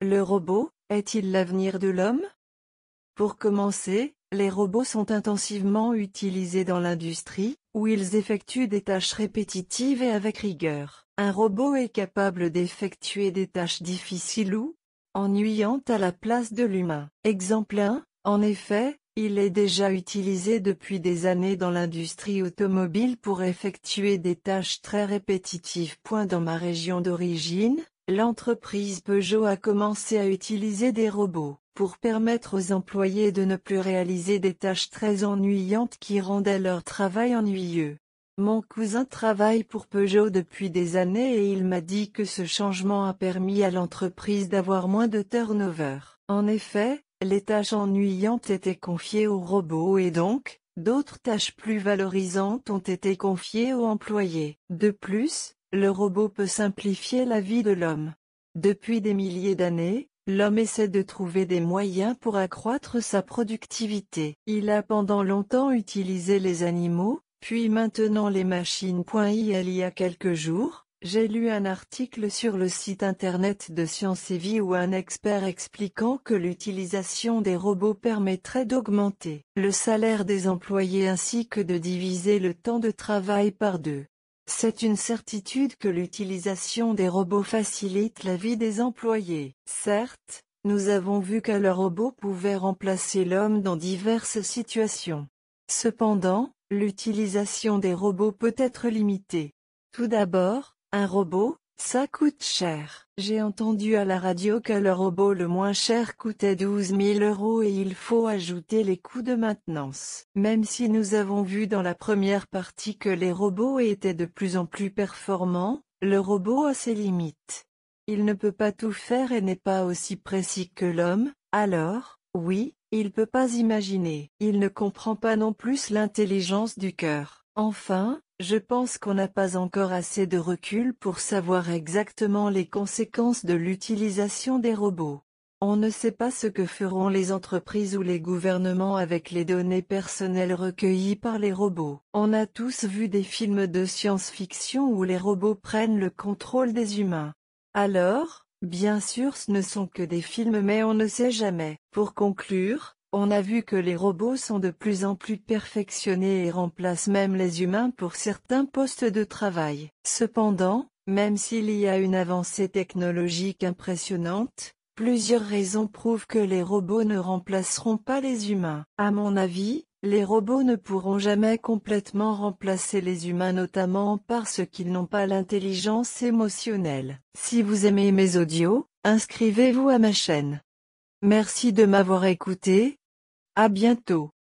Le robot, est-il l'avenir de l'homme? Pour commencer, les robots sont intensivement utilisés dans l'industrie, où ils effectuent des tâches répétitives et avec rigueur. Un robot est capable d'effectuer des tâches difficiles ou ennuyantes à la place de l'humain. Exemple 1, en effet, il est déjà utilisé depuis des années dans l'industrie automobile pour effectuer des tâches très répétitives. Dans ma région d'origine, l'entreprise Peugeot a commencé à utiliser des robots pour permettre aux employés de ne plus réaliser des tâches très ennuyantes qui rendaient leur travail ennuyeux. Mon cousin travaille pour Peugeot depuis des années et il m'a dit que ce changement a permis à l'entreprise d'avoir moins de turnover. En effet, les tâches ennuyantes étaient confiées aux robots et donc, d'autres tâches plus valorisantes ont été confiées aux employés. De plus, le robot peut simplifier la vie de l'homme. Depuis des milliers d'années, l'homme essaie de trouver des moyens pour accroître sa productivité. Il a pendant longtemps utilisé les animaux, puis maintenant les machines. Il y a quelques jours, j'ai lu un article sur le site internet de Science et Vie où un expert expliquant que l'utilisation des robots permettrait d'augmenter le salaire des employés ainsi que de diviser le temps de travail par deux. C'est une certitude que l'utilisation des robots facilite la vie des employés. Certes, nous avons vu que le robot pouvait remplacer l'homme dans diverses situations. Cependant, l'utilisation des robots peut être limitée. Tout d'abord, un robot, ça coûte cher. J'ai entendu à la radio que le robot le moins cher coûtait 12 000 € et il faut ajouter les coûts de maintenance. Même si nous avons vu dans la première partie que les robots étaient de plus en plus performants, le robot a ses limites. Il ne peut pas tout faire et n'est pas aussi précis que l'homme, alors, oui, il peut pas imaginer. Il ne comprend pas non plus l'intelligence du cœur. Enfin, je pense qu'on n'a pas encore assez de recul pour savoir exactement les conséquences de l'utilisation des robots. On ne sait pas ce que feront les entreprises ou les gouvernements avec les données personnelles recueillies par les robots. On a tous vu des films de science-fiction où les robots prennent le contrôle des humains. Alors, bien sûr ce ne sont que des films mais on ne sait jamais. Pour conclure, on a vu que les robots sont de plus en plus perfectionnés et remplacent même les humains pour certains postes de travail. Cependant, même s'il y a une avancée technologique impressionnante, plusieurs raisons prouvent que les robots ne remplaceront pas les humains. À mon avis, les robots ne pourront jamais complètement remplacer les humains notamment parce qu'ils n'ont pas l'intelligence émotionnelle. Si vous aimez mes audios, inscrivez-vous à ma chaîne. Merci de m'avoir écouté. À bientôt.